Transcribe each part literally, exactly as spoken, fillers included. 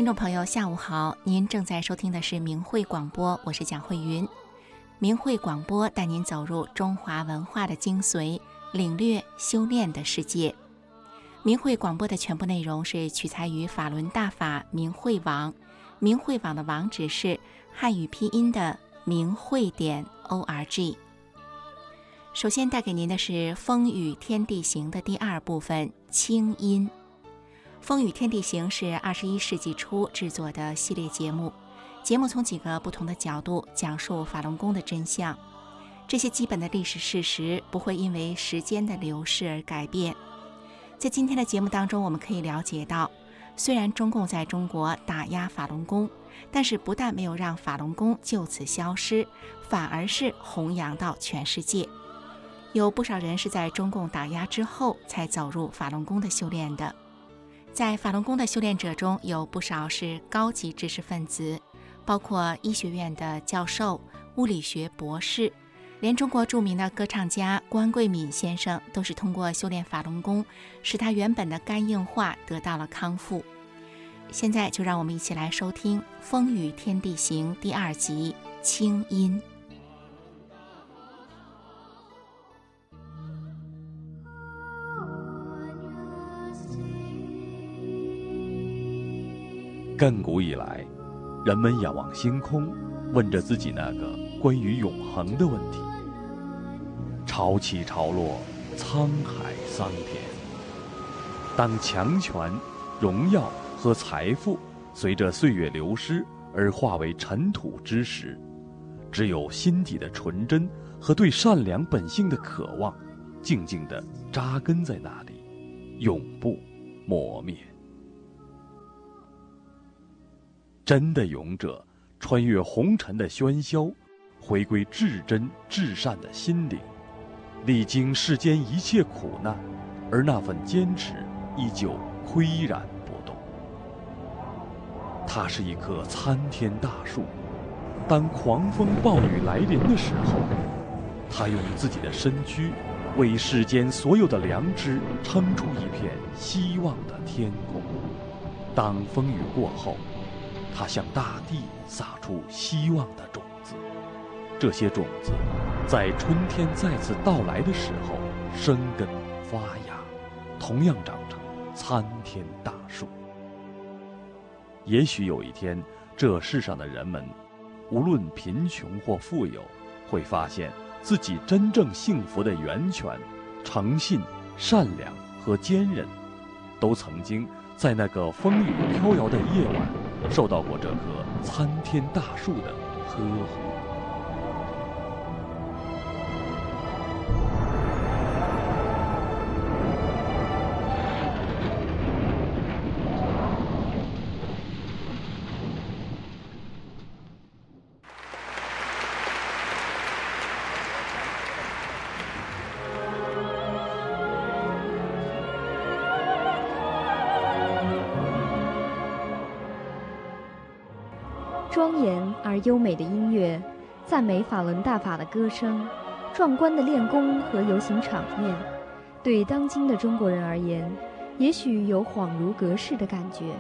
听众朋友下午好，您正在收听的是明慧广播，我是蒋慧云。明慧广播带您走入中华文化的精髓，领略修炼的世界。明慧广播的全部内容是取材于法轮大法明慧网，明慧网的网址是汉语拼音的明慧点 org。 首先带给您的是风雨天地行的第二部分清音。风雨天地行是二十一世纪初制作的系列节目，节目从几个不同的角度讲述法轮功的真相。这些基本的历史事实不会因为时间的流逝而改变。在今天的节目当中，我们可以了解到，虽然中共在中国打压法轮功，但是不但没有让法轮功就此消失，反而是弘扬到全世界。有不少人是在中共打压之后才走入法轮功的修炼的。在法轮功的修炼者中，有不少是高级知识分子，包括医学院的教授、物理学博士，连中国著名的歌唱家关贵敏先生都是通过修炼法轮功，使他原本的肝硬化得到了康复。现在就让我们一起来收听《风雨天地行》第二集清音。 亘古以来，人们仰望星空，问着自己那个关于永恒的问题。潮起潮落，沧海桑田。当强权、荣耀和财富随着岁月流失而化为尘土之时，只有心底的纯真和对善良本性的渴望，静静地扎根在那里，永不磨灭。真的勇者穿越红尘的喧嚣，回归至真至善的心灵，历经世间一切苦难，而那份坚持依旧岿然不动。它是一棵参天大树，当狂风暴雨来临的时候，它用自己的身躯为世间所有的良知撑出一片希望的天空。当风雨过后，它向大地撒出希望的种子，这些种子在春天再次到来的时候生根发芽，同样长成参天大树。也许有一天，这世上的人们无论贫穷或富有，会发现自己真正幸福的源泉，诚信、善良和坚韧，都曾经在那个风雨飘摇的夜晚受到过这棵参天大树的呵护。 庄严而优美的音乐，赞美法轮大法的歌声，壮观的练功和游行场面，对当今的中国人而言，也许有恍如隔世的感觉。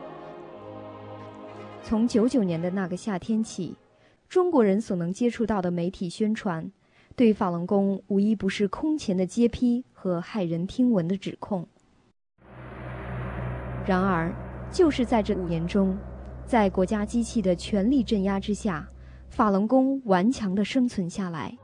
从九九年的那个夏天起，中国人所能接触到的媒体宣传，对法轮功无一不是空前的揭批和骇人听闻的指控。然而，就是在这五年中，在国家机器的全力镇压之下，法轮功顽强地生存下来。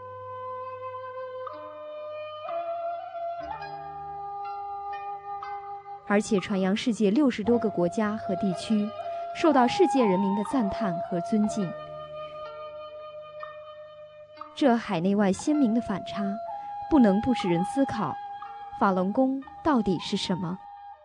而且传扬世界六十多个国家和地区，受到世界人民的赞叹和尊敬。这海内外鲜明的反差，不能不使人思考，法轮功到底是什么？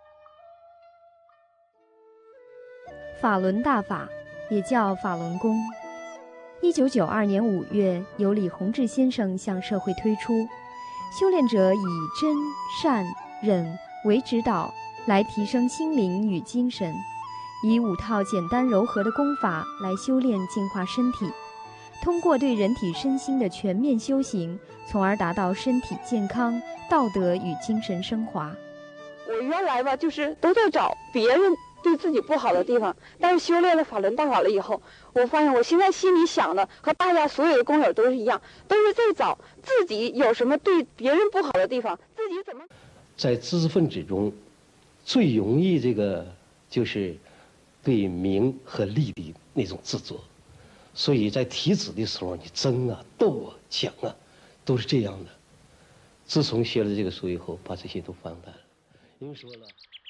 法轮大法也叫法轮功，一九九二年五月由李洪志先生向社会推出，修炼者以真、善、忍为指导，来提升心灵与精神，以五套简单柔和的功法来修炼净化身体，通过对人体身心的全面修行，从而达到身体健康、道德与精神升华。 我原来吧，就是都在找别人对自己不好的地方。但是修炼了法轮大法了以后，我发现我现在心里想的和大家所有的工友都是一样，都是在找自己有什么对别人不好的地方，自己怎么。 在知识分子中，最容易这个就是对名和利的那种执着，所以在提子的时候，你争啊、斗啊、抢啊，都是这样的。自从学了这个书以后，把这些都放淡了。因为说了，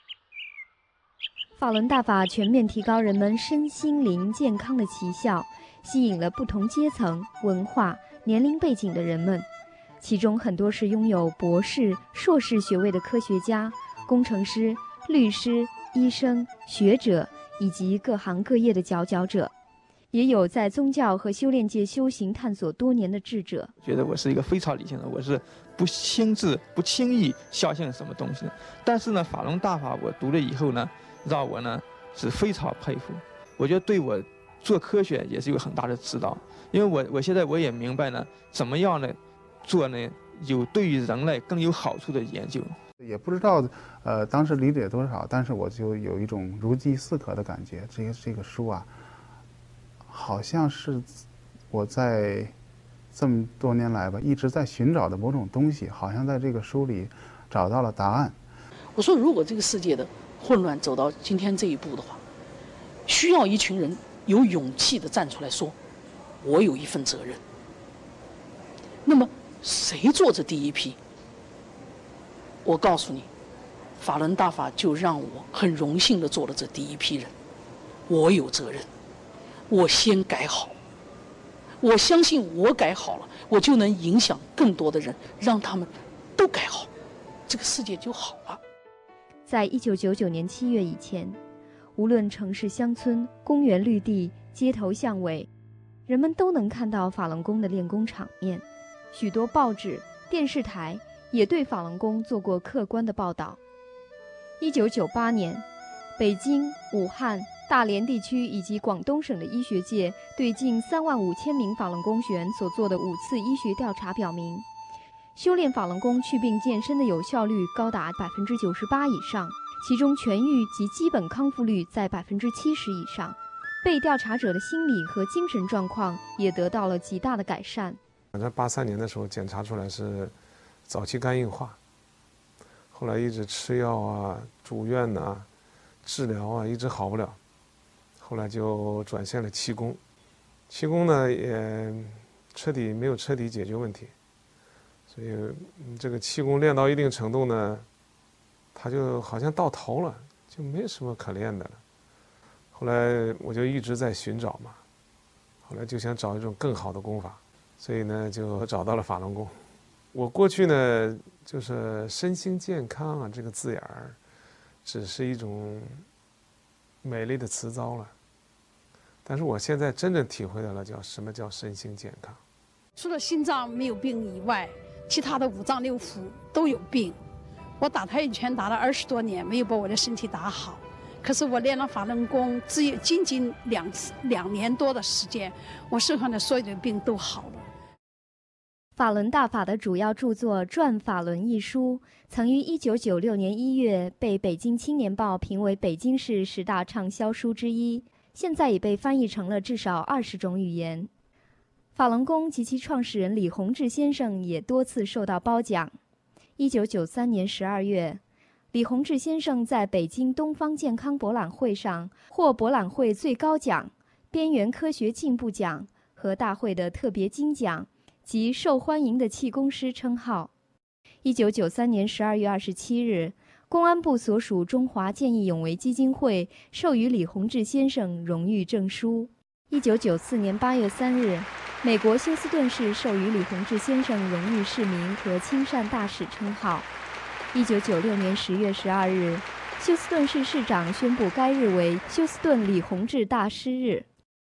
法轮大法全面提高人们身心灵健康的奇效，吸引了不同阶层、文化、年龄背景的人们。其中很多是拥有博士、硕士学位的科学家、工程师、律师、医生、学者以及各行各业的佼佼者，也有在宗教和修炼界修行探索多年的智者。 觉得我是一个非常理性的，我是不轻自不轻易相信什么东西。但是呢，法轮大法我读了以后呢，让我呢是非常佩服。我觉得对我做科学也是有很大的指导，因为我我现在我也明白呢，怎么样呢做呢有对于人类更有好处的研究。 也不知道呃当时理解多少，但是我就有一种如饥似渴的感觉。这个这个书啊，好像是我在这么多年来吧一直在寻找的某种东西，好像在这个书里找到了答案。 我说，如果这个世界的混乱走到今天这一步的话，需要一群人有勇气的站出来说，我有一份责任。那么谁做这第一批？我告诉你，法轮大法就让我很荣幸的做了这第一批人。我有责任，我先改好。我相信我改好了，我就能影响更多的人，让他们都改好，这个世界就好了。 在一九九九年七月以前，无论城市乡村、公园绿地、街头巷尾，人们都能看到法轮功的练功场面。许多报纸、电视台也对法轮功做过客观的报道。一九九八年，北京、武汉、大连地区以及广东省的医学界对近三万五千名法轮功学员所做的五次医学调查表明，修炼法轮功祛病健身的有效率高达百分之九十八以上，其中痊愈及基本康复率在百分之七十以上。被调查者的心理和精神状况也得到了极大的改善。 在八三年的时候检查出来是早期肝硬化，后来一直吃药啊、住院啊、治疗啊，一直好不了，后来就转向了气功。气功呢也彻底没有彻底解决问题，所以这个气功练到一定程度呢，它就好像到头了，就没什么可练的了。后来我就一直在寻找嘛，后来就想找一种更好的功法，所以呢就找到了法轮功。我过去呢就是身心健康啊这个字眼儿，只是一种美丽的词藻了。但是我现在真正体会到了叫什么叫身心健康。 除了心脏没有病以外，其他的五脏六腑都有病。我打太极拳打了二十多年，没有把我的身体打好。可是我练了法轮功，只有仅仅两两年多的时间，我身上的所有的病都好了。 法轮大法的主要著作《转法轮》一书，曾于一九九六年一月被北京青年报评为北京市十大畅销书之一，现在已被翻译成了至少二十种语言。法轮功及其创始人李洪志先生也多次受到褒奖。一九九三年十二月，李洪志先生在北京东方健康博览会上获博览会最高奖、边缘科学进步奖和大会的特别金奖及受欢迎的气功师称号。一九九三年十二月二十七日，公安部所属中华见义勇为基金会授予李洪志先生荣誉证书。一九九四年八月三日，美国休斯顿市授予李洪志先生荣誉市民和亲善大使称号。一九九六年十月十二日，休斯顿市市长宣布该日为休斯顿李洪志大师日。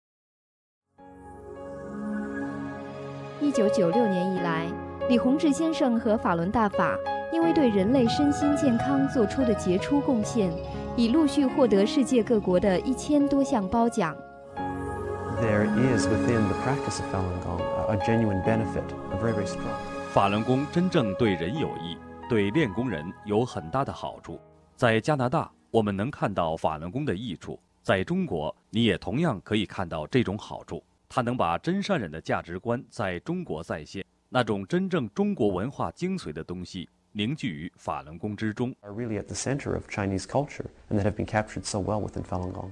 一九九六年以来，李洪志先生和法轮大法因为对人类身心健康做出的杰出贡献，已陆续获得世界各国的一千多项褒奖。 There is within the practice of Falun Gong a genuine benefit, a very, very strong. 法轮功真正对人有益，对练功人有很大的好处。在加拿大， 我们能看到法轮功的益处，在中国，你也同样可以看到这种好处。它能把真善忍的价值观在中国再现，那种真正中国文化精髓的东西凝聚于法轮功之中。 Are really at the center of Chinese culture and that have been captured so well within Falun Gong.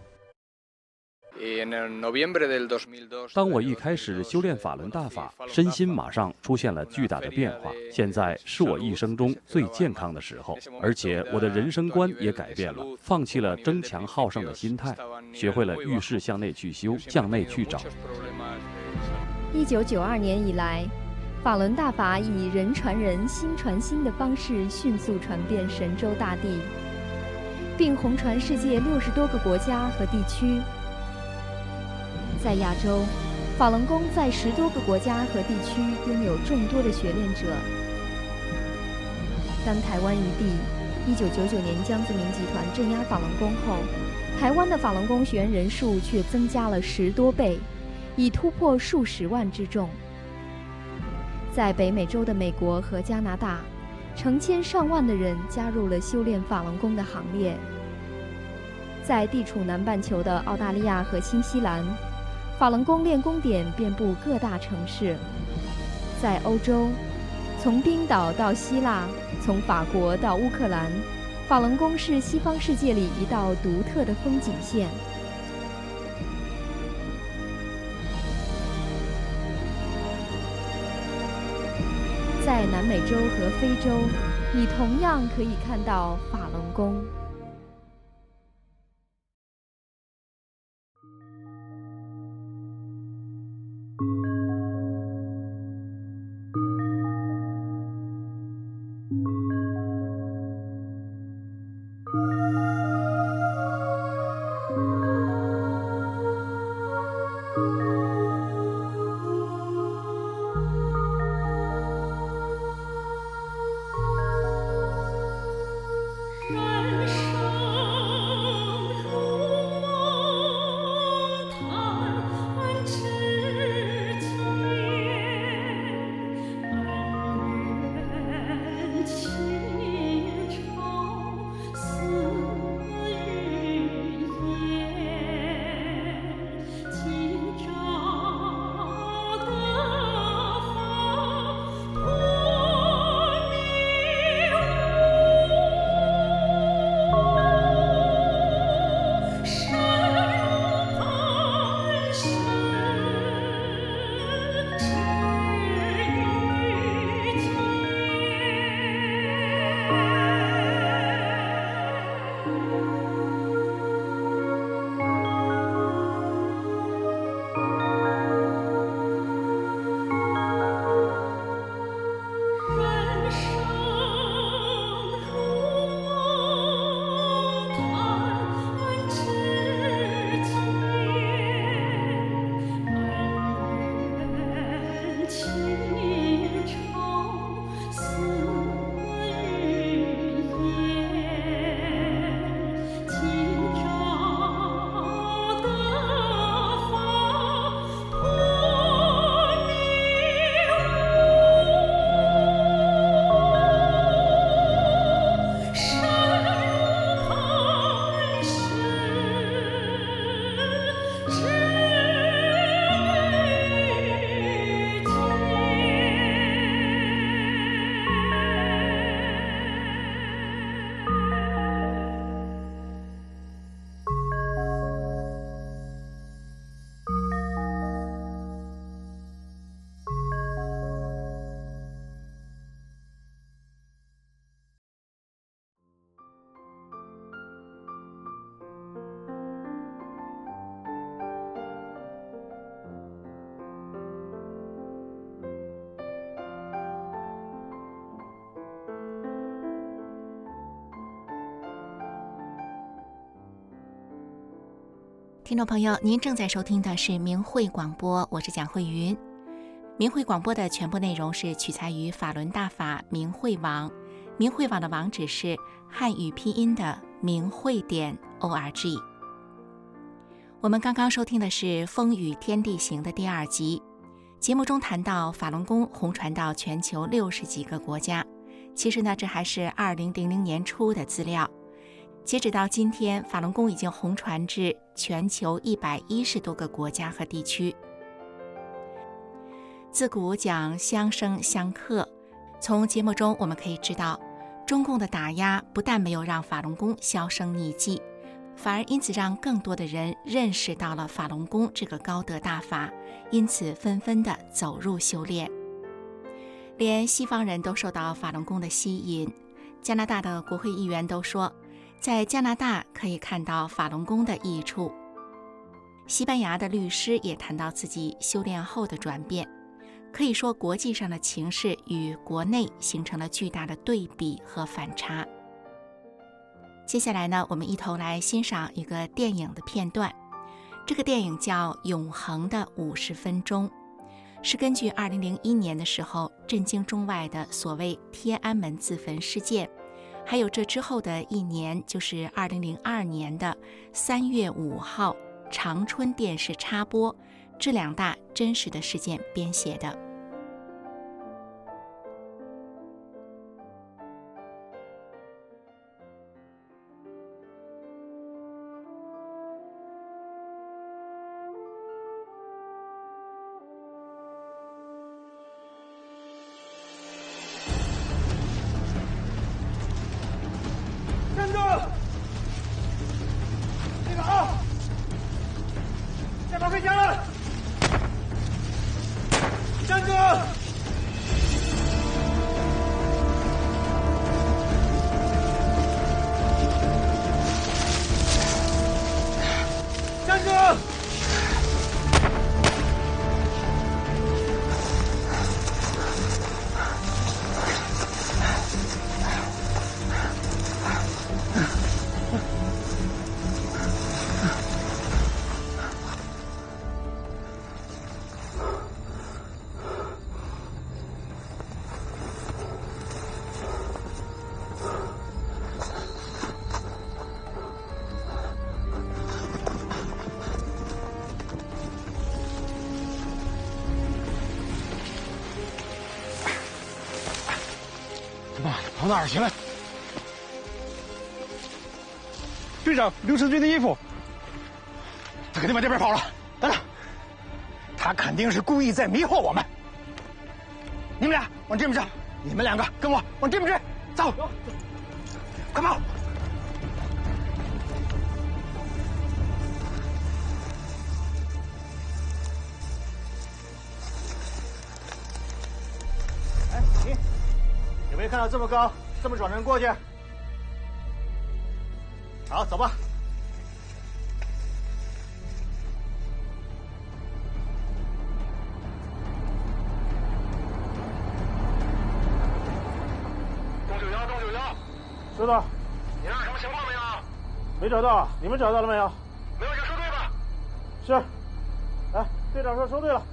当我一开始修炼法轮大法，身心马上出现了巨大的变化。现在是我一生中最健康的时候，而且我的人生观也改变了，放弃了争强好胜的心态，学会了遇事向内去修，向内去找。 一九九二年以来，法轮大法以人传人、心传心的方式迅速传遍神州大地，并红传世界六十多个国家和地区。在亚洲，法轮功在十多个国家和地区拥有众多的学练者。当台湾一地一九九九年江泽民集团镇压法轮功后，台湾的法轮功学员人数却增加了十多倍，已突破数十万之众。在北美洲的美国和加拿大，成千上万的人加入了修炼法轮功的行列。在地处南半球的澳大利亚和新西兰，法轮功练功点遍布各大城市。在欧洲，从冰岛到希腊，从法国到乌克兰，法轮功是西方世界里一道独特的风景线。在南美洲和非洲，你同样可以看到法轮功。 听众朋友，您正在收听的是明慧广播，我是蒋慧云。明慧广播的全部内容是取材于法轮大法明慧网，明慧网的网址是汉语拼音的明慧点 org。我们刚刚收听的是《风雨天地行》的第二集，节目中谈到法轮功红传到全球六十几个国家。其实呢，这还是二零零零年初的资料。 截止到今天，法轮功已经红传至全球一百一十多个国家和地区。自古讲相生相克，从节目中我们可以知道，中共的打压不但没有让法轮功销声匿迹，反而因此让更多的人认识到了法轮功这个高德大法，因此纷纷的走入修炼。连西方人都受到法轮功的吸引，加拿大的国会议员都说，在加拿大可以看到法轮功的益处。西班牙的律师也谈到自己修炼后的转变，可以说国际上的情势与国内形成了巨大的对比和反差。接下来呢，我们一同来欣赏一个电影的片段。这个电影叫《永恒的五十分钟》，是根据二零零一年的时候震惊中外的所谓天安门自焚事件，还有这之后的一年，就是二零零二年的三月五号长春电视插播这两大真实的事件编写的。 站住！那个啊，带他回家了。站住！站住！ 跑哪儿去了？队长刘成军的衣服，他肯定往这边跑了。等等，他肯定是故意在迷惑我们。你们俩往这边站，你们两个跟我往这边追，走，快跑！ 哎，你。有没有看到这么高、这么壮的人过去？好，走吧。 洞九幺，洞九幺， 收到。 你那儿什么情况没有？ 没找到，你们找到了没有？ 没有就收队吧。 是。来，队长说收队了。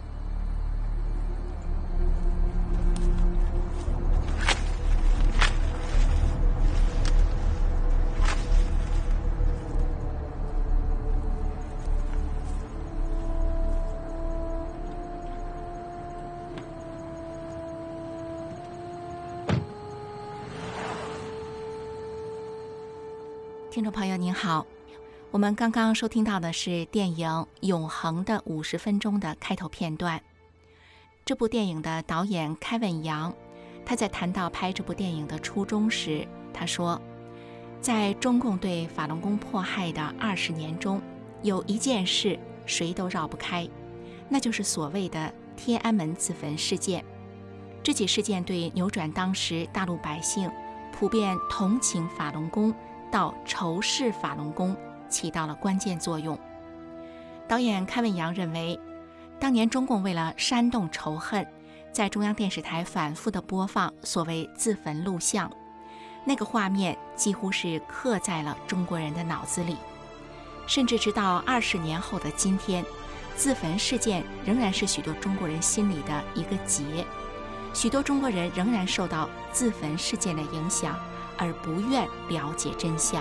听众朋友您好，我们刚刚收听到的是电影《永恒的五十分钟》的开头片段。这部电影的导演凯文杨，他在谈到拍这部电影的初衷时，他说，在中共对法轮功迫害的二十年中，有一件事谁都绕不开，那就是所谓的天安门自焚事件。这起事件对扭转当时大陆百姓普遍同情法轮功到仇视法轮功起到了关键作用。导演开文阳认为，当年中共为了煽动仇恨，在中央电视台反复的播放所谓自焚录像，那个画面几乎是刻在了中国人的脑子里。甚至直到二十年后的今天，自焚事件仍然是许多中国人心里的一个结，许多中国人仍然受到自焚事件的影响，而不愿了解真相。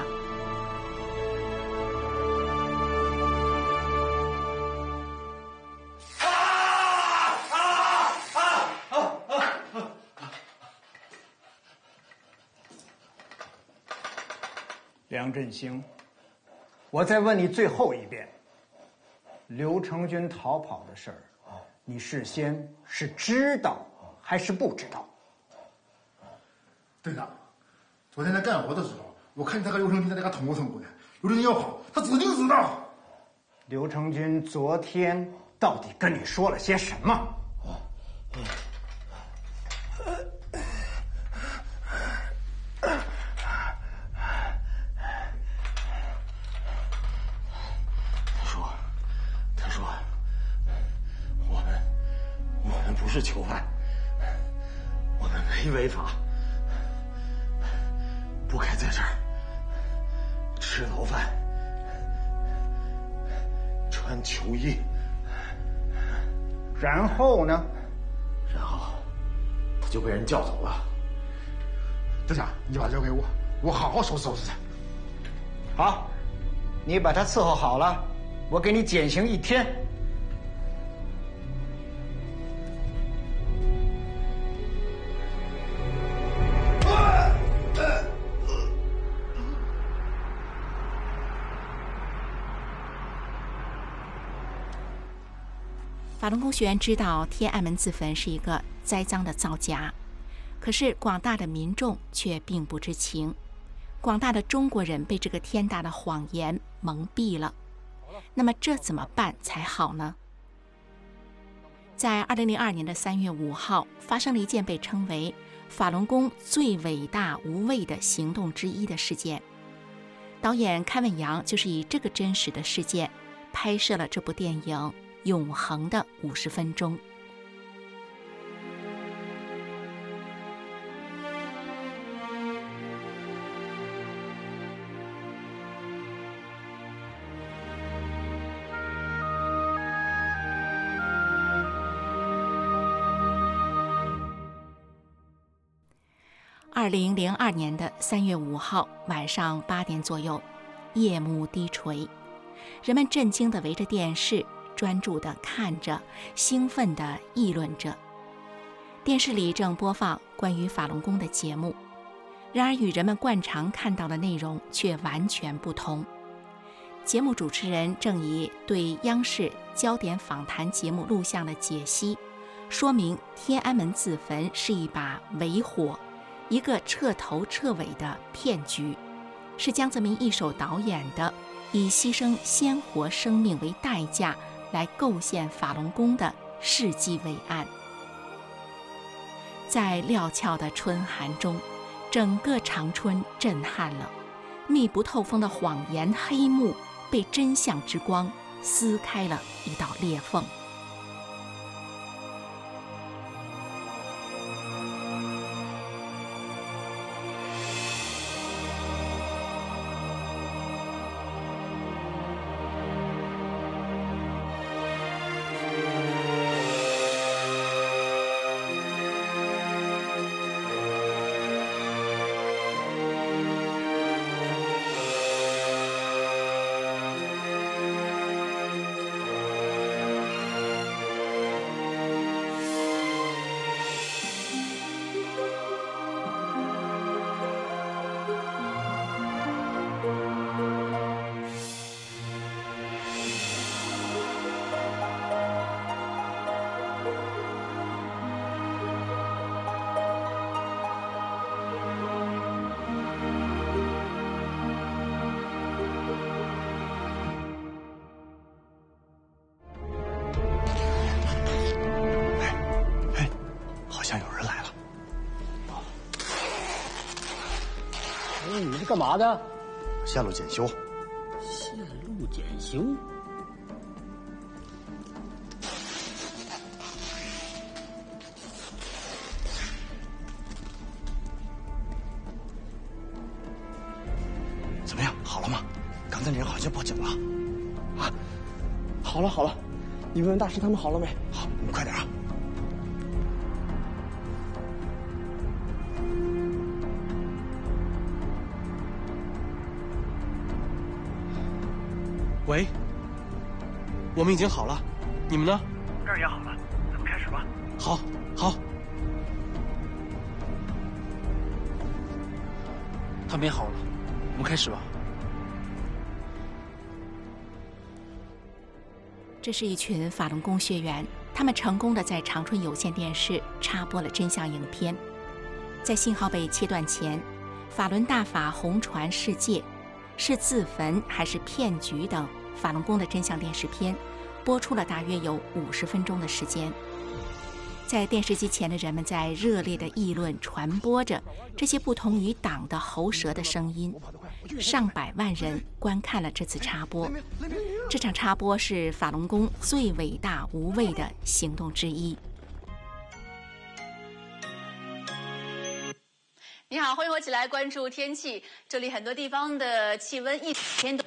梁振兴，我再问你最后一遍，刘成军逃跑的事儿，你事先是知道还是不知道？ 队长，昨天在干活的时候，我看见他和刘成军在那个捅咕捅咕的。刘成军要跑，他指定知道。 刘成军昨天到底跟你说了些什么？ 他说，他说，我们，我们不是囚犯，我们没违法，不该在这儿吃牢饭。穿囚衣， 然后呢？ 然后他就被人叫走了。队长，你把他交给我，我好好收拾收拾他。 好，你把他伺候好了，我给你减刑一天。 法轮功学员知道天安门自焚是一个栽赃的造假，可是广大的民众却并不知情，广大的中国人被这个天大的谎言蒙蔽了。那么这怎么办才好呢？在二零零二年的三月五号，发生了一件被称为法轮功最伟大无畏的行动之一的事件。导演开文阳就是以这个真实的事件拍摄了这部电影永恒的五十分钟。二零零二年的三月五号晚上八点左右，夜幕低垂，人们震惊地围着电视，专注地看着，兴奋地议论着。电视里正播放关于法轮功的节目，然而与人们惯常看到的内容却完全不同。节目主持人正以对央视焦点访谈节目录像的解析，说明天安门自焚是一把伪火，一个彻头彻尾的骗局，是江泽民一手导演的以牺牲鲜活生命为代价来构陷法轮功的世纪伟案。在料峭的春寒中，整个长春震撼了，密不透风的谎言黑幕被真相之光撕开了一道裂缝。 你是干嘛的？ 下路检修。 下路检修。 怎么样？好了吗？刚才人好像报警了。啊， 好了好了，你问问大师他们好了没？ 好，你们快点啊。 喂，我们已经好了，你们呢？ 这儿也好了，咱们开始吧。 好，好。他们也好了，我们开始吧。 这是一群法轮功学员，他们成功的在长春有线电视插播了真相影片。在信号被切断前，法轮大法红传世界，是自焚还是骗局等法轮功的真相电视片播出了大约有五十分钟的时间。在电视机前的人们在热烈的议论传播着这些不同于党的喉舌的声音，上百万人观看了这次插播。这场插播是法轮功最伟大无畏的行动之一。 你好，欢迎我一起来关注天气。这里很多地方的气温一天都。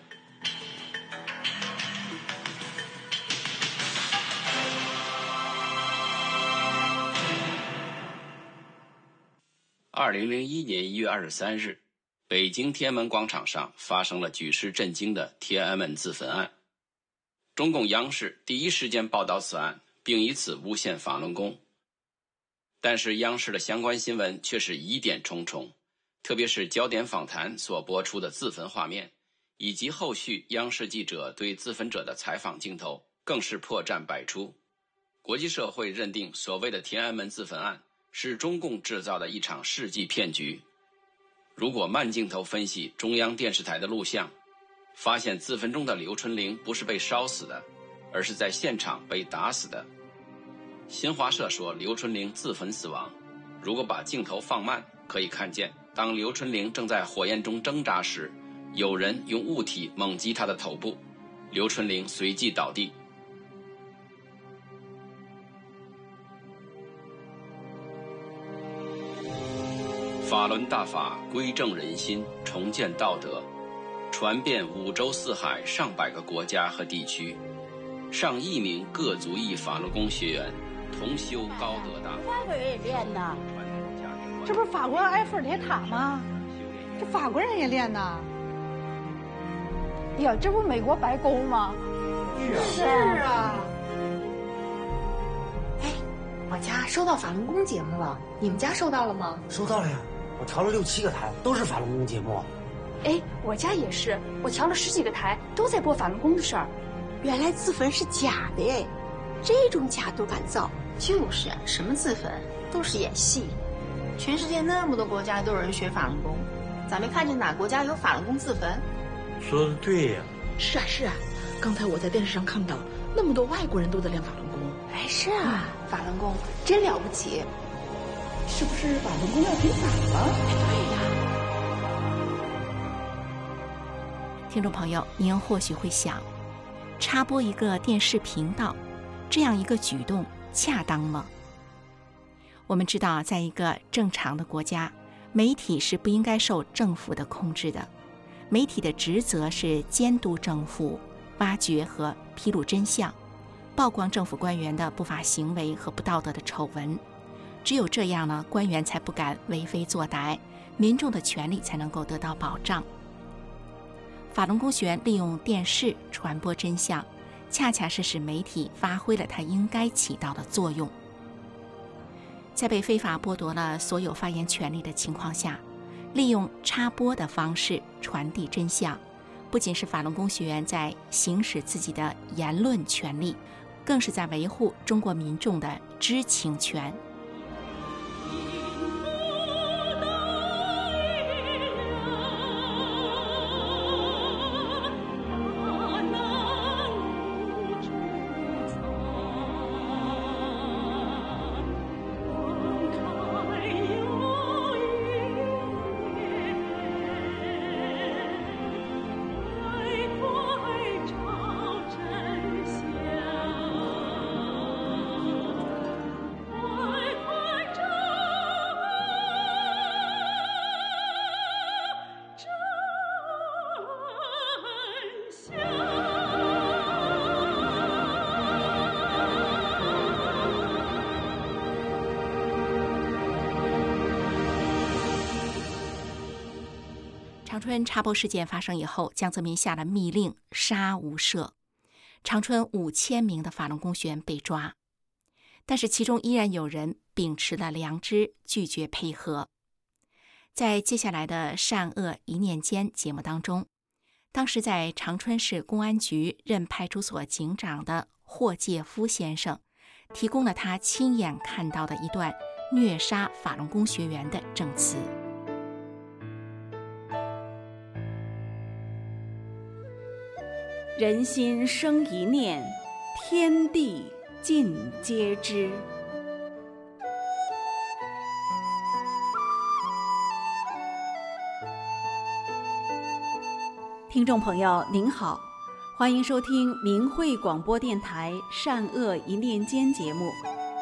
二零零一年一月二十三日，北京天安门广场上发生了举世震惊的天安门自焚案。中共央视第一时间报道此案，并以此诬陷法轮功。但是央视的相关新闻却是疑点重重，特别是焦点访谈所播出的自焚画面，以及后续央视记者对自焚者的采访镜头，更是破绽百出。国际社会认定所谓的天安门自焚案是中共制造的一场世纪骗局。如果慢镜头分析中央电视台的录像，发现自焚中的刘春玲不是被烧死的，而是在现场被打死的。新华社说刘春玲自焚死亡，如果把镜头放慢，可以看见当刘春玲正在火焰中挣扎时，有人用物体猛击她的头部，刘春玲随即倒地。法轮大法归正人心，重建道德，传遍五洲四海上百个国家和地区，上亿名各族裔法轮功学员同修高德大法。 法国人也练呢，这不是法国埃菲尔铁塔吗？这法国人也练呢。 呀，这不美国白宫吗？ 是啊。 哎，我家收到法轮功节目了，你们家收到了吗？ 收到了呀。我调了六七个台，都是法轮功节目。 哎，我家也是，我调了十几个台，都在播法轮功的事儿。 原来自焚是假的哎，这种假都敢造。 就是，什么自焚都是演戏。全世界那么多国家都有人学法轮功，咋没看见哪国家有法轮功自焚？ 说的对呀。 是啊是啊，刚才我在电视上看到，那么多外国人都在练法轮功。 哎，是啊，嗯、法轮功真了不起。 是不是法轮功要平反了？ 对呀。 听众朋友，您或许会想，插播一个电视频道，这样一个举动恰当吗？我们知道，在一个正常的国家，媒体是不应该受政府的控制的。媒体的职责是监督政府，挖掘和披露真相，曝光政府官员的不法行为和不道德的丑闻。只有这样呢，官员才不敢为非作歹，民众的权利才能够得到保障。法轮功学员利用电视传播真相，恰恰是使媒体发挥了它应该起到的作用。在被非法剥夺了所有发言权利的情况下，利用插播的方式传递真相，不仅是法轮功学员在行使自己的言论权利，更是在维护中国民众的知情权。长春插播事件发生以后，江泽民下了密令，杀无赦。长春五千名的法轮功学员被抓，但是其中依然有人秉持了良知，拒绝配合。在接下来的善恶一念间节目当中，当时在长春市公安局任派出所警长的霍介夫先生，提供了他亲眼看到的一段虐杀法轮功学员的证词。 人心生一念，天地尽皆知。听众朋友您好，欢迎收听明慧广播电台善恶一念间节目。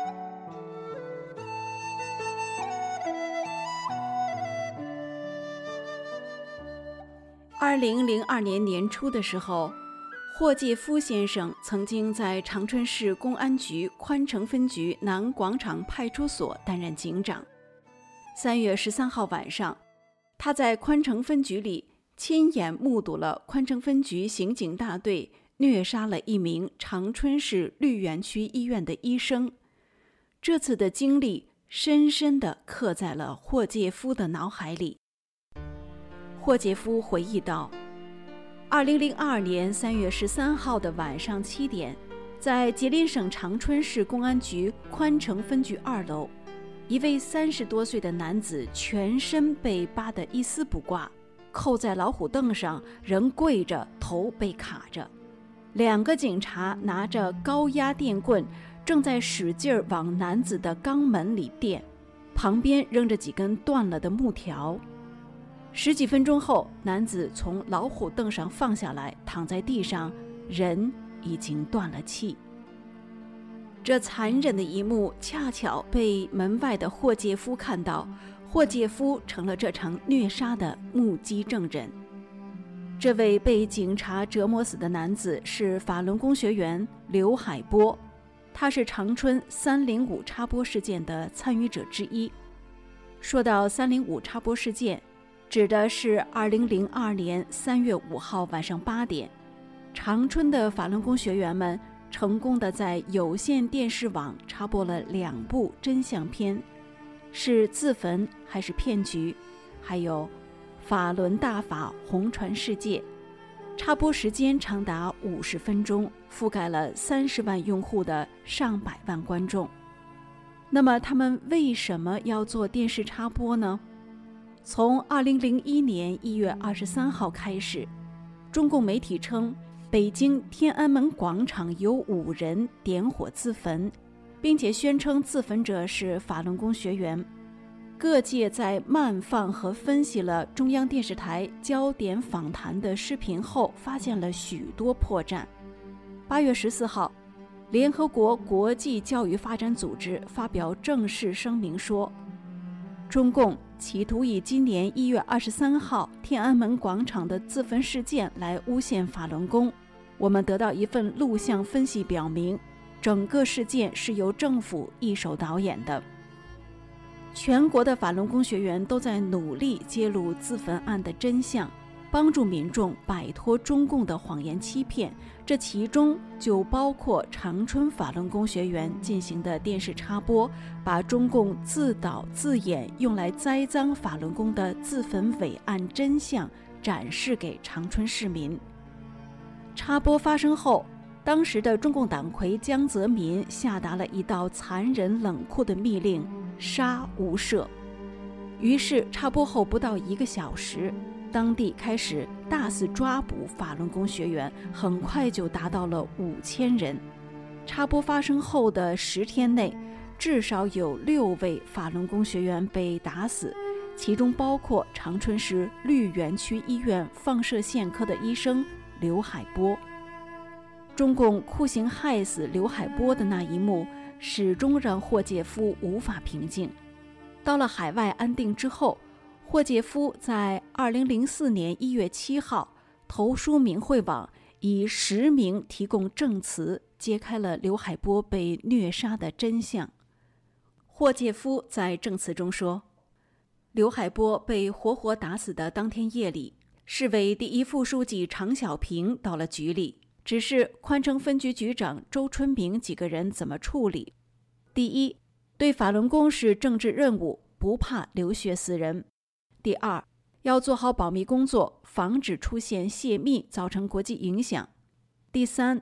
二零零二年年初的时候，霍介夫先生曾经在长春市公安局宽城分局南广场派出所担任警长。三月十三号晚上，他在宽城分局里亲眼目睹了宽城分局刑警大队虐杀了一名长春市绿园区医院的医生。这次的经历深深地刻在了霍介夫的脑海里。霍介夫回忆道，二零零二年三月十三号的晚上七点，在吉林省长春市公安局宽城分局二楼，一位三十多岁的男子全身被扒得一丝不挂，扣在老虎凳上，人跪着，头被卡着。两个警察拿着高压电棍，正在使劲往男子的肛门里电，旁边扔着几根断了的木条。十几分钟后，男子从老虎凳上放下来，躺在地上，人已经断了气。这残忍的一幕恰巧被门外的霍介夫看到，霍介夫成了这场虐杀的目击证人。这位被警察折磨死的男子是法轮功学员刘海波，他是长春三零五插播事件的参与者之一。说到三零五插播事件，指的是二零零二年三月五号晚上八点，长春的法轮功学员们成功的在有线电视网插播了两部真相片，是自焚还是骗局，还有法轮大法红传世界。插播时间长达五十分钟，覆盖了三十万用户的上百万观众。那么他们为什么要做电视插播呢？从二零零一年一月二十三号开始，中共媒体称北京天安门广场有五人点火自焚，并且宣称自焚者是法轮功学员。各界在慢放和分析了中央电视台焦点访谈的视频后，发现了许多破绽。八月十四号，联合国国际教育发展组织发表正式声明说，中共企图以今年一月二十三号天安门广场的自焚事件来诬陷法轮功。我们得到一份录像分析表明，整个事件是由政府一手导演的。全国的法轮功学员都在努力揭露自焚案的真相，帮助民众摆脱中共的谎言欺骗，这其中就包括长春法轮功学员进行的电视插播，把中共自导自演用来栽赃法轮功的自焚伪案真相展示给长春市民。插播发生后，当时的中共党魁江泽民下达了一道残忍冷酷的密令，杀无赦。于是插播后不到一个小时，当地开始大肆抓捕法轮功学员，很快就达到了五千人。插播发生后的十天内，至少有六位法轮功学员被打死，其中包括长春市绿园区医院放射线科的医生刘海波。中共酷刑害死刘海波的那一幕，始终让霍介夫无法平静。到了海外安定之后，霍介夫在二零零四年一月七号投书明慧网，以实名提供证词，揭开了刘海波被虐杀的真相。霍介夫在证词中说，刘海波被活活打死的当天夜里，市委第一副书记常小平到了局里，只是宽城分局局长周春明几个人怎么处理。第一，对法轮功是政治任务，不怕流血死人。第二，要做好保密工作，防止出现泄密造成国际影响。第三，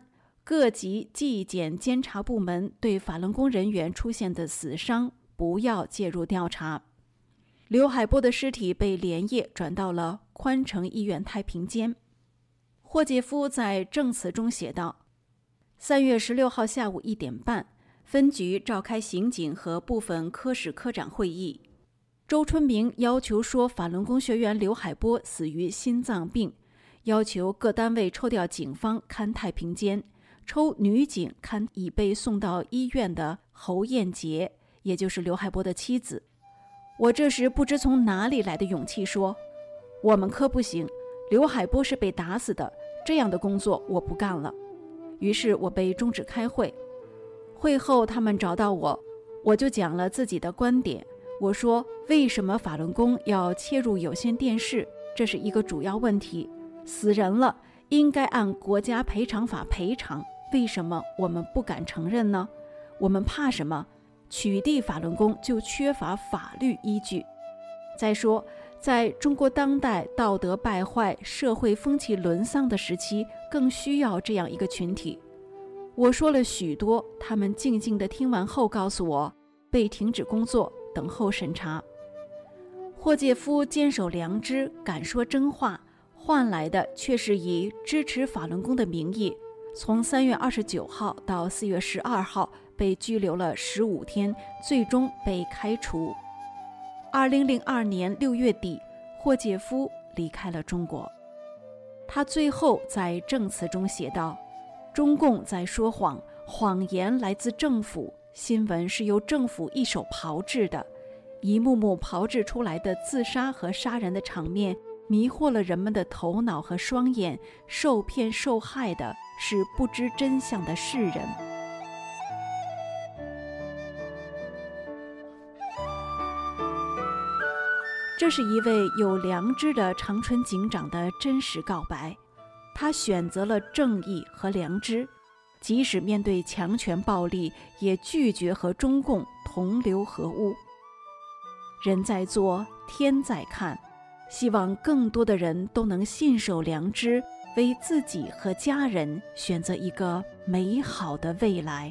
各级纪检监察部门对法轮功人员出现的死伤不要介入调查。刘海波的尸体被连夜转到了宽城医院太平间。霍介夫在证词中写道：三月十六号下午一点半，分局召开刑警和部分科室科长会议。周春明要求说法轮功学员刘海波死于心脏病，要求各单位抽调警方看太平间，抽女警看已被送到医院的侯艳杰，也就是刘海波的妻子。我这时不知从哪里来的勇气说，我们科不行，刘海波是被打死的，这样的工作我不干了。于是我被终止开会。会后他们找到我，我就讲了自己的观点。我说，为什么法轮功要切入有线电视，这是一个主要问题。死人了，应该按国家赔偿法赔偿，为什么我们不敢承认呢？我们怕什么？取缔法轮功就缺乏法律依据。再说，在中国当代道德败坏、社会风气沦丧的时期，更需要这样一个群体。我说了许多，他们静静地听完后告诉我，被停止工作，等候审查。霍介夫坚守良知，敢说真话，换来的却是以支持法轮功的名义，从三月二十九号到四月十二号被拘留了十五天，最终被开除。二零零二年六月底，霍介夫离开了中国。他最后在证词中写道：中共在说谎，谎言来自政府，新闻是由政府一手炮制的，一幕幕炮制出来的自杀和杀人的场面，迷惑了人们的头脑和双眼，受骗受害的是不知真相的世人。这是一位有良知的长春警长的真实告白，他选择了正义和良知，即使面对强权暴力，也拒绝和中共同流合污。人在做，天在看，希望更多的人都能信守良知，为自己和家人选择一个美好的未来。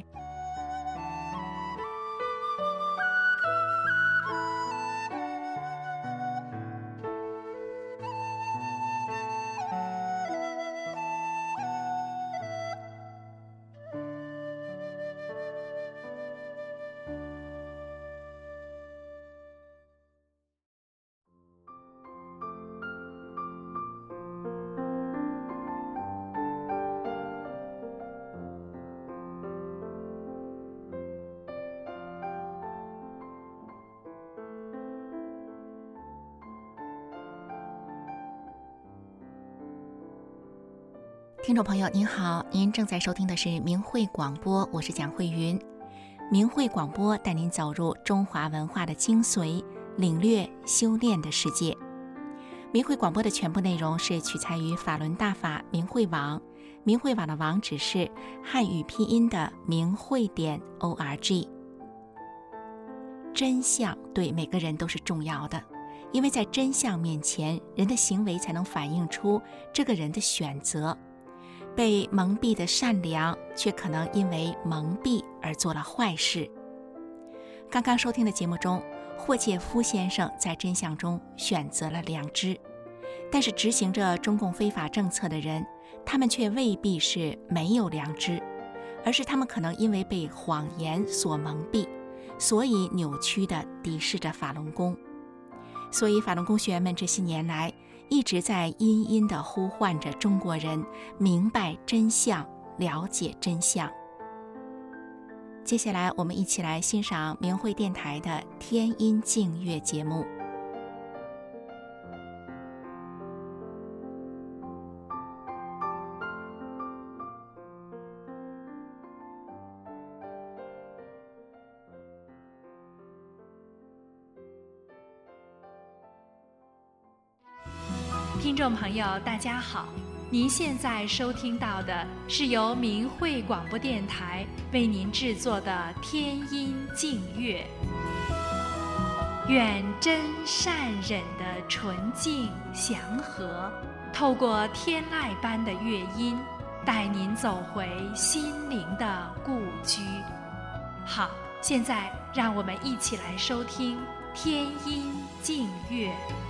听众朋友您好，您正在收听的是明慧广播，我是蒋慧云。明慧广播带您走入中华文化的精髓，领略修炼的世界。明慧广播的全部内容是取材于法轮大法明慧网，明慧网的网址是汉语拼音的明慧点 org。 真相对每个人都是重要的，因为在真相面前，人的行为才能反映出这个人的选择。被蒙蔽的善良，却可能因为蒙蔽而做了坏事。刚刚收听的节目中，霍介夫先生在真相中选择了良知，但是执行着中共非法政策的人，他们却未必是没有良知，而是他们可能因为被谎言所蒙蔽，所以扭曲地敌视着法轮功。所以法轮功学员们这些年来一直在殷殷地呼唤着中国人明白真相，了解真相。接下来我们一起来欣赏明慧电台的天音净乐节目。 听众朋友大家好，您现在收听到的是由明慧广播电台为您制作的天音净乐。愿真善忍的纯净祥和，透过天籁般的乐音， 带您走回心灵的故居。好，现在让我们一起来收听天音静乐。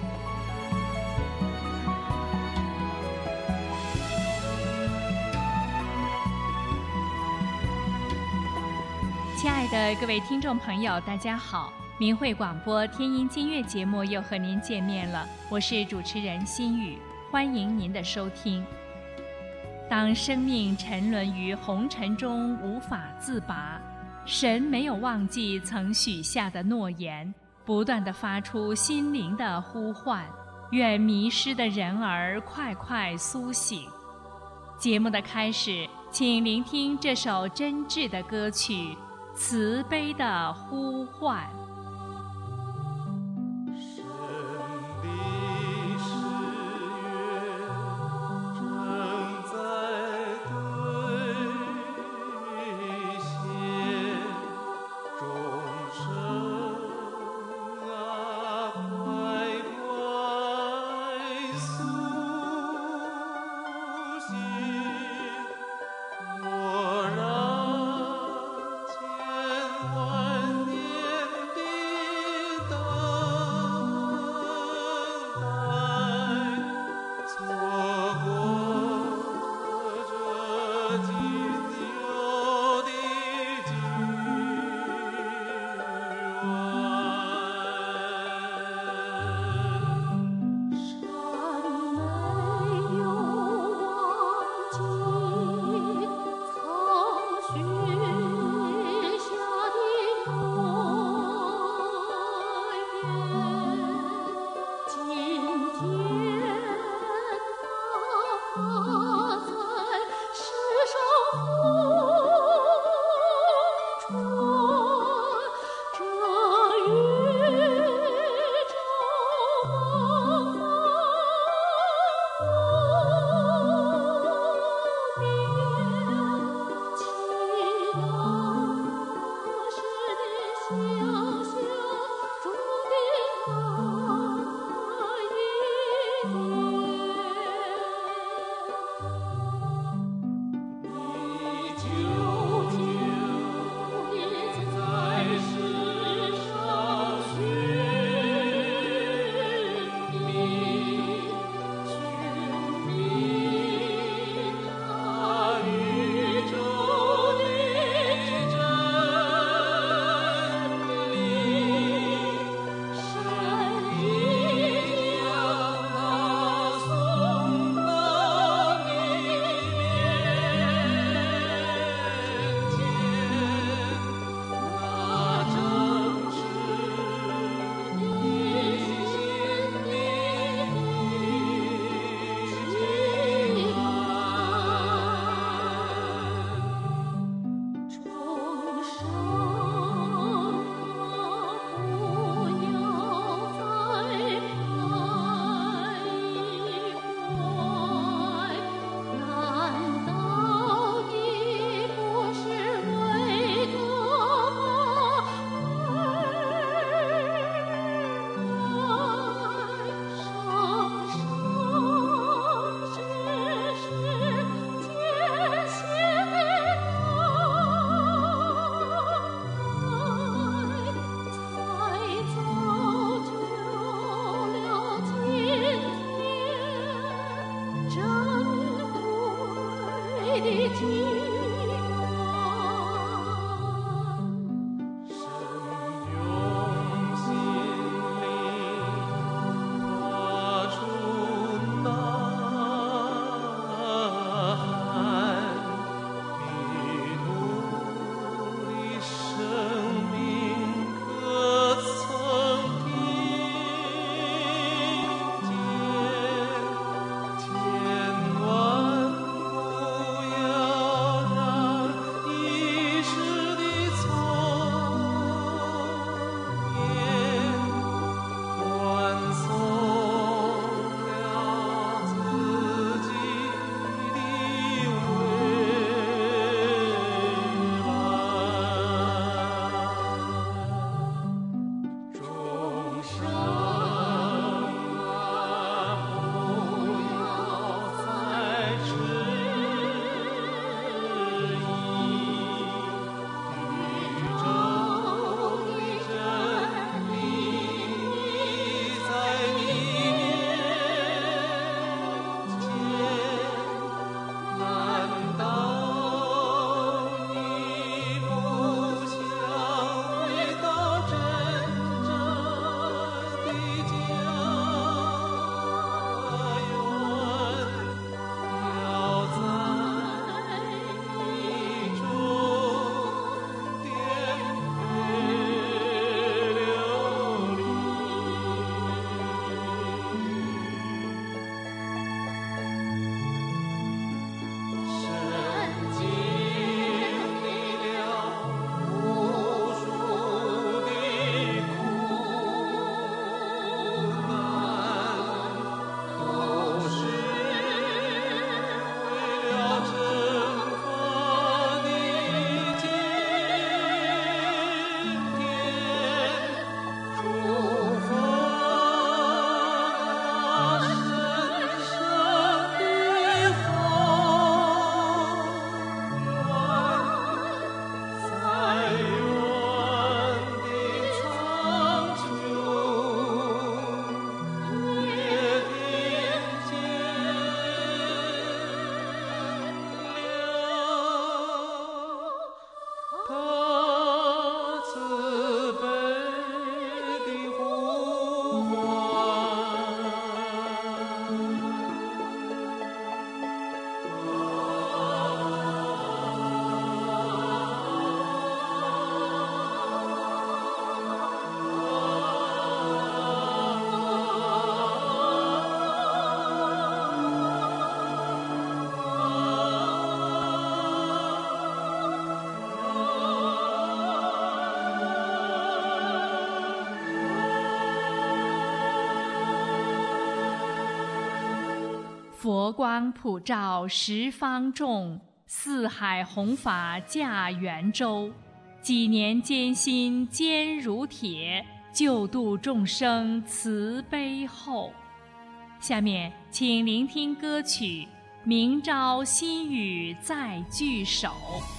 亲爱的各位听众朋友，大家好！明慧广播天音静乐节目又和您见面了，我是主持人心雨，欢迎您的收听。当生命沉沦于红尘中无法自拔，神没有忘记曾许下的诺言，不断地发出心灵的呼唤，愿迷失的人儿快快苏醒。节目的开始，请聆听这首真挚的歌曲《慈悲的呼唤》。 我让千万年的佛光普照十方众，四海弘法驾圆洲。几年艰辛坚如铁，救度众生慈悲厚。下面请聆听歌曲《明朝新语再聚首》。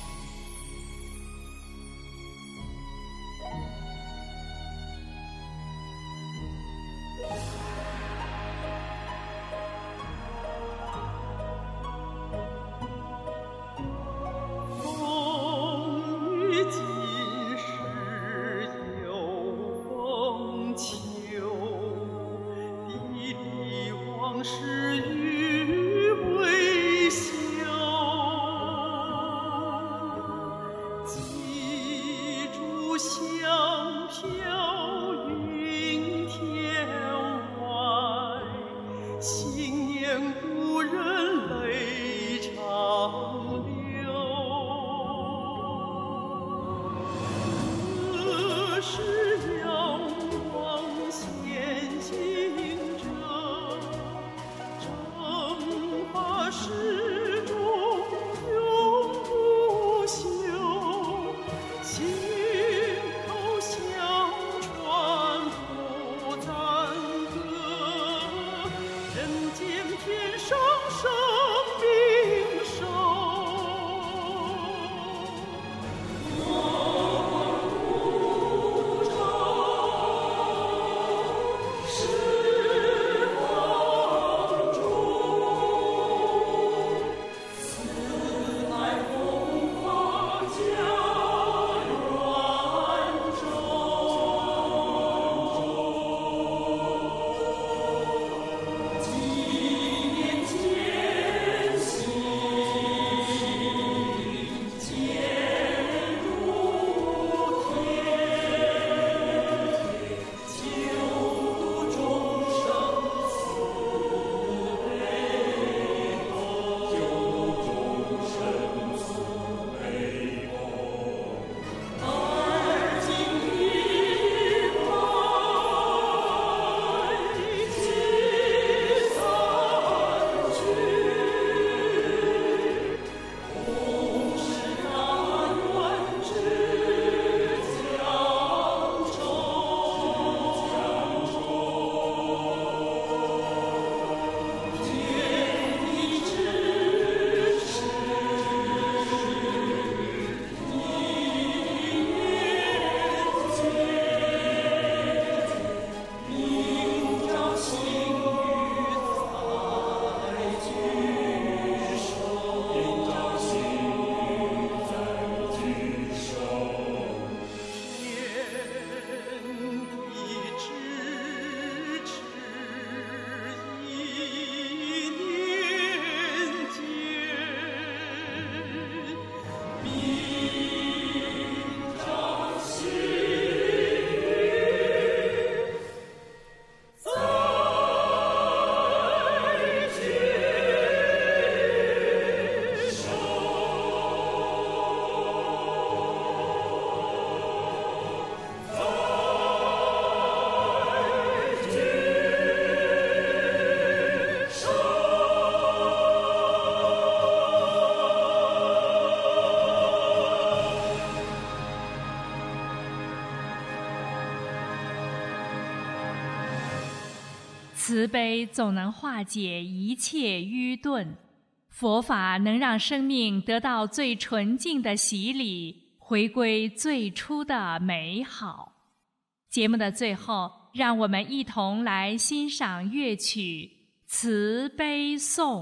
慈悲总能化解一切愚钝，佛法能让生命得到最纯净的洗礼，回归最初的美好。节目的最后，让我们一同来欣赏乐曲《慈悲颂》。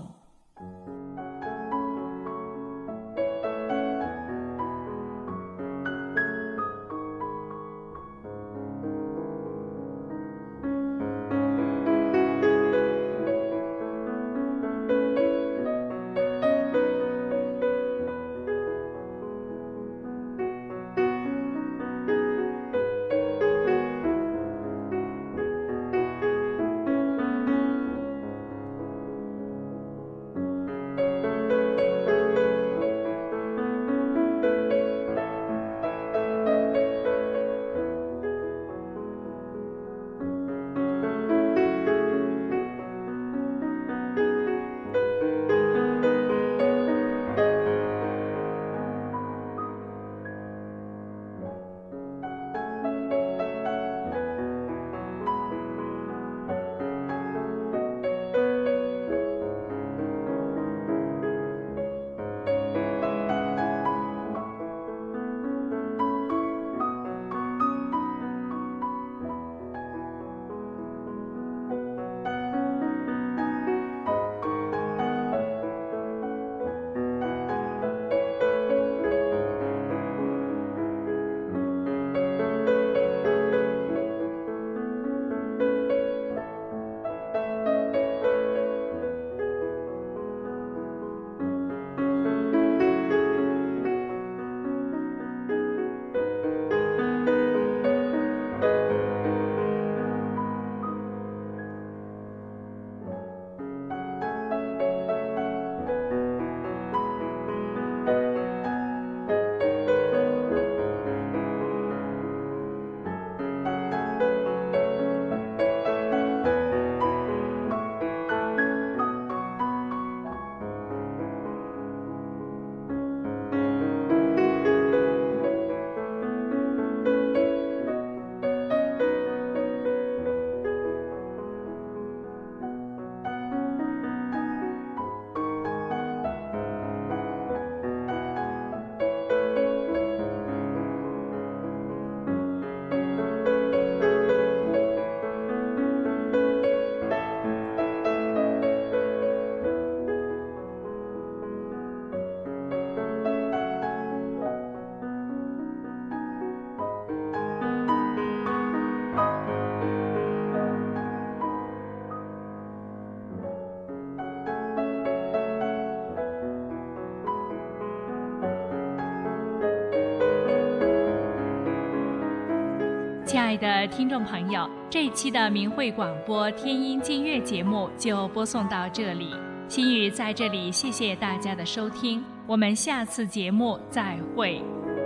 亲爱的听众朋友，这一期的明慧广播天音经乐节目就播送到这里。心语在这里谢谢大家的收听，我们下次节目再会。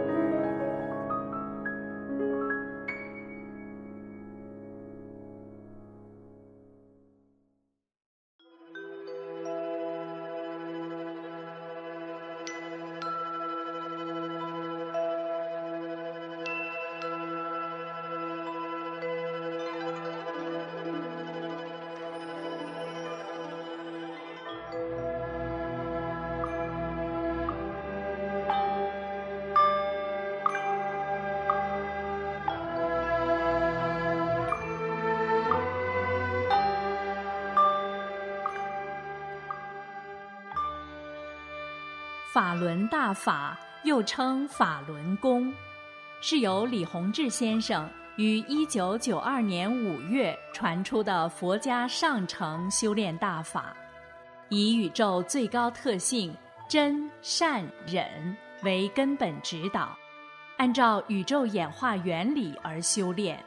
法轮大法又称法轮功，是由李洪志先生于一九九二年五月传出的佛家上乘修炼大法，以宇宙最高特性真善忍为根本指导，按照宇宙演化原理而修炼。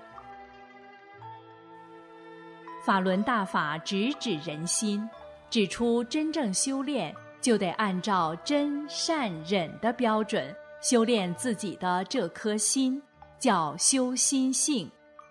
法轮大法直指人心，指出真正修炼就得按照真善忍的标准修炼自己的这颗心，叫修心性。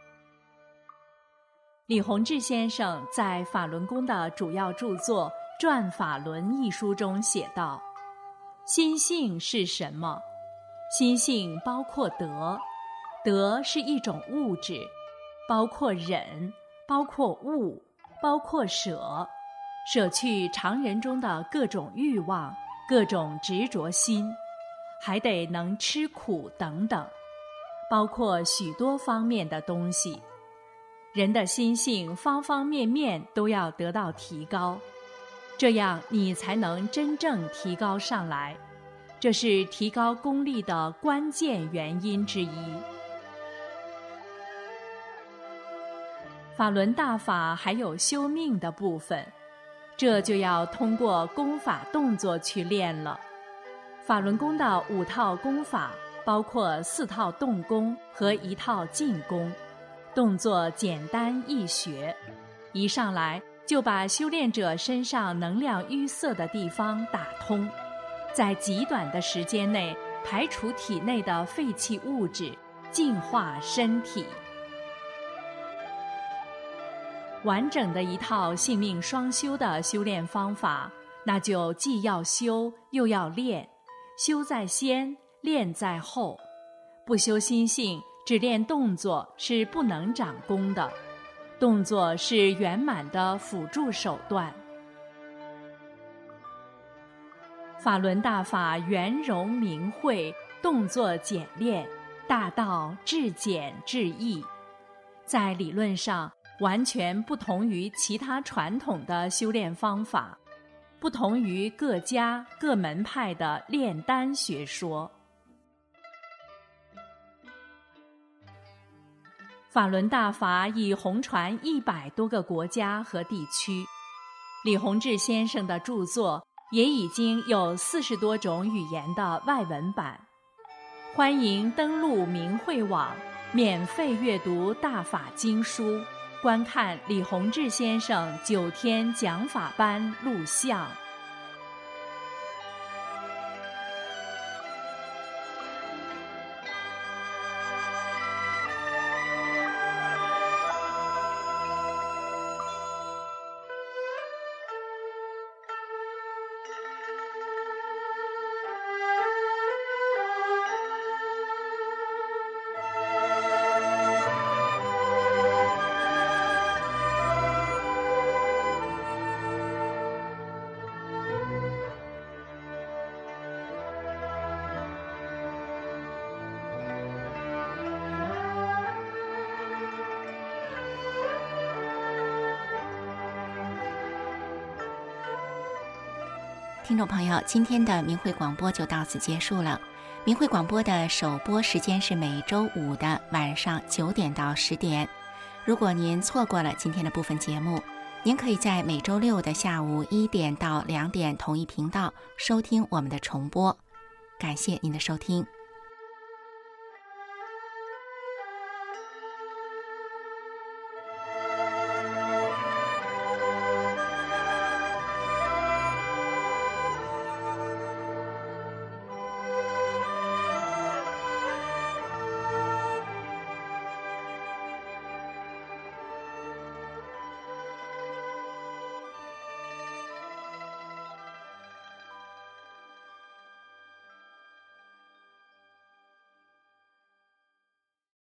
李洪志先生在法轮功的主要著作《转法轮》一书中写道：心性是什么？心性包括德，德是一种物质，包括忍，包括悟，包括舍，舍去常人中的各种欲望，各种执着心，还得能吃苦等等，包括许多方面的东西。人的心性方方面面都要得到提高，这样你才能真正提高上来，这是提高功力的关键原因之一。法轮大法还有修命的部分，这就要通过功法动作去练了。法轮功的五套功法包括四套动功和一套静功，动作简单易学，一上来就把修炼者身上能量淤塞的地方打通，在极短的时间内排除体内的废弃物质，净化身体。完整的一套性命双修的修炼方法，那就既要修又要练，修在先，练在后。不修心性，只练动作是不能长功的，动作是圆满的辅助手段。法轮大法圆融明慧，动作简练，大道至简至易，在理论上完全不同于其他传统的修炼方法，不同于各家各门派的炼丹学说。法轮大法已红传一百多个国家和地区，李洪志先生的著作也已经有四十多种语言的外文版。欢迎登录明慧网，免费阅读大法经书，观看李洪志先生九天讲法班录像。 听众朋友，今天的明慧广播就到此结束了。明慧广播的首播时间是每周五的晚上九点到十点。如果您错过了今天的部分节目，您可以在每周六的下午一点到两点同一频道收听我们的重播。感谢您的收听。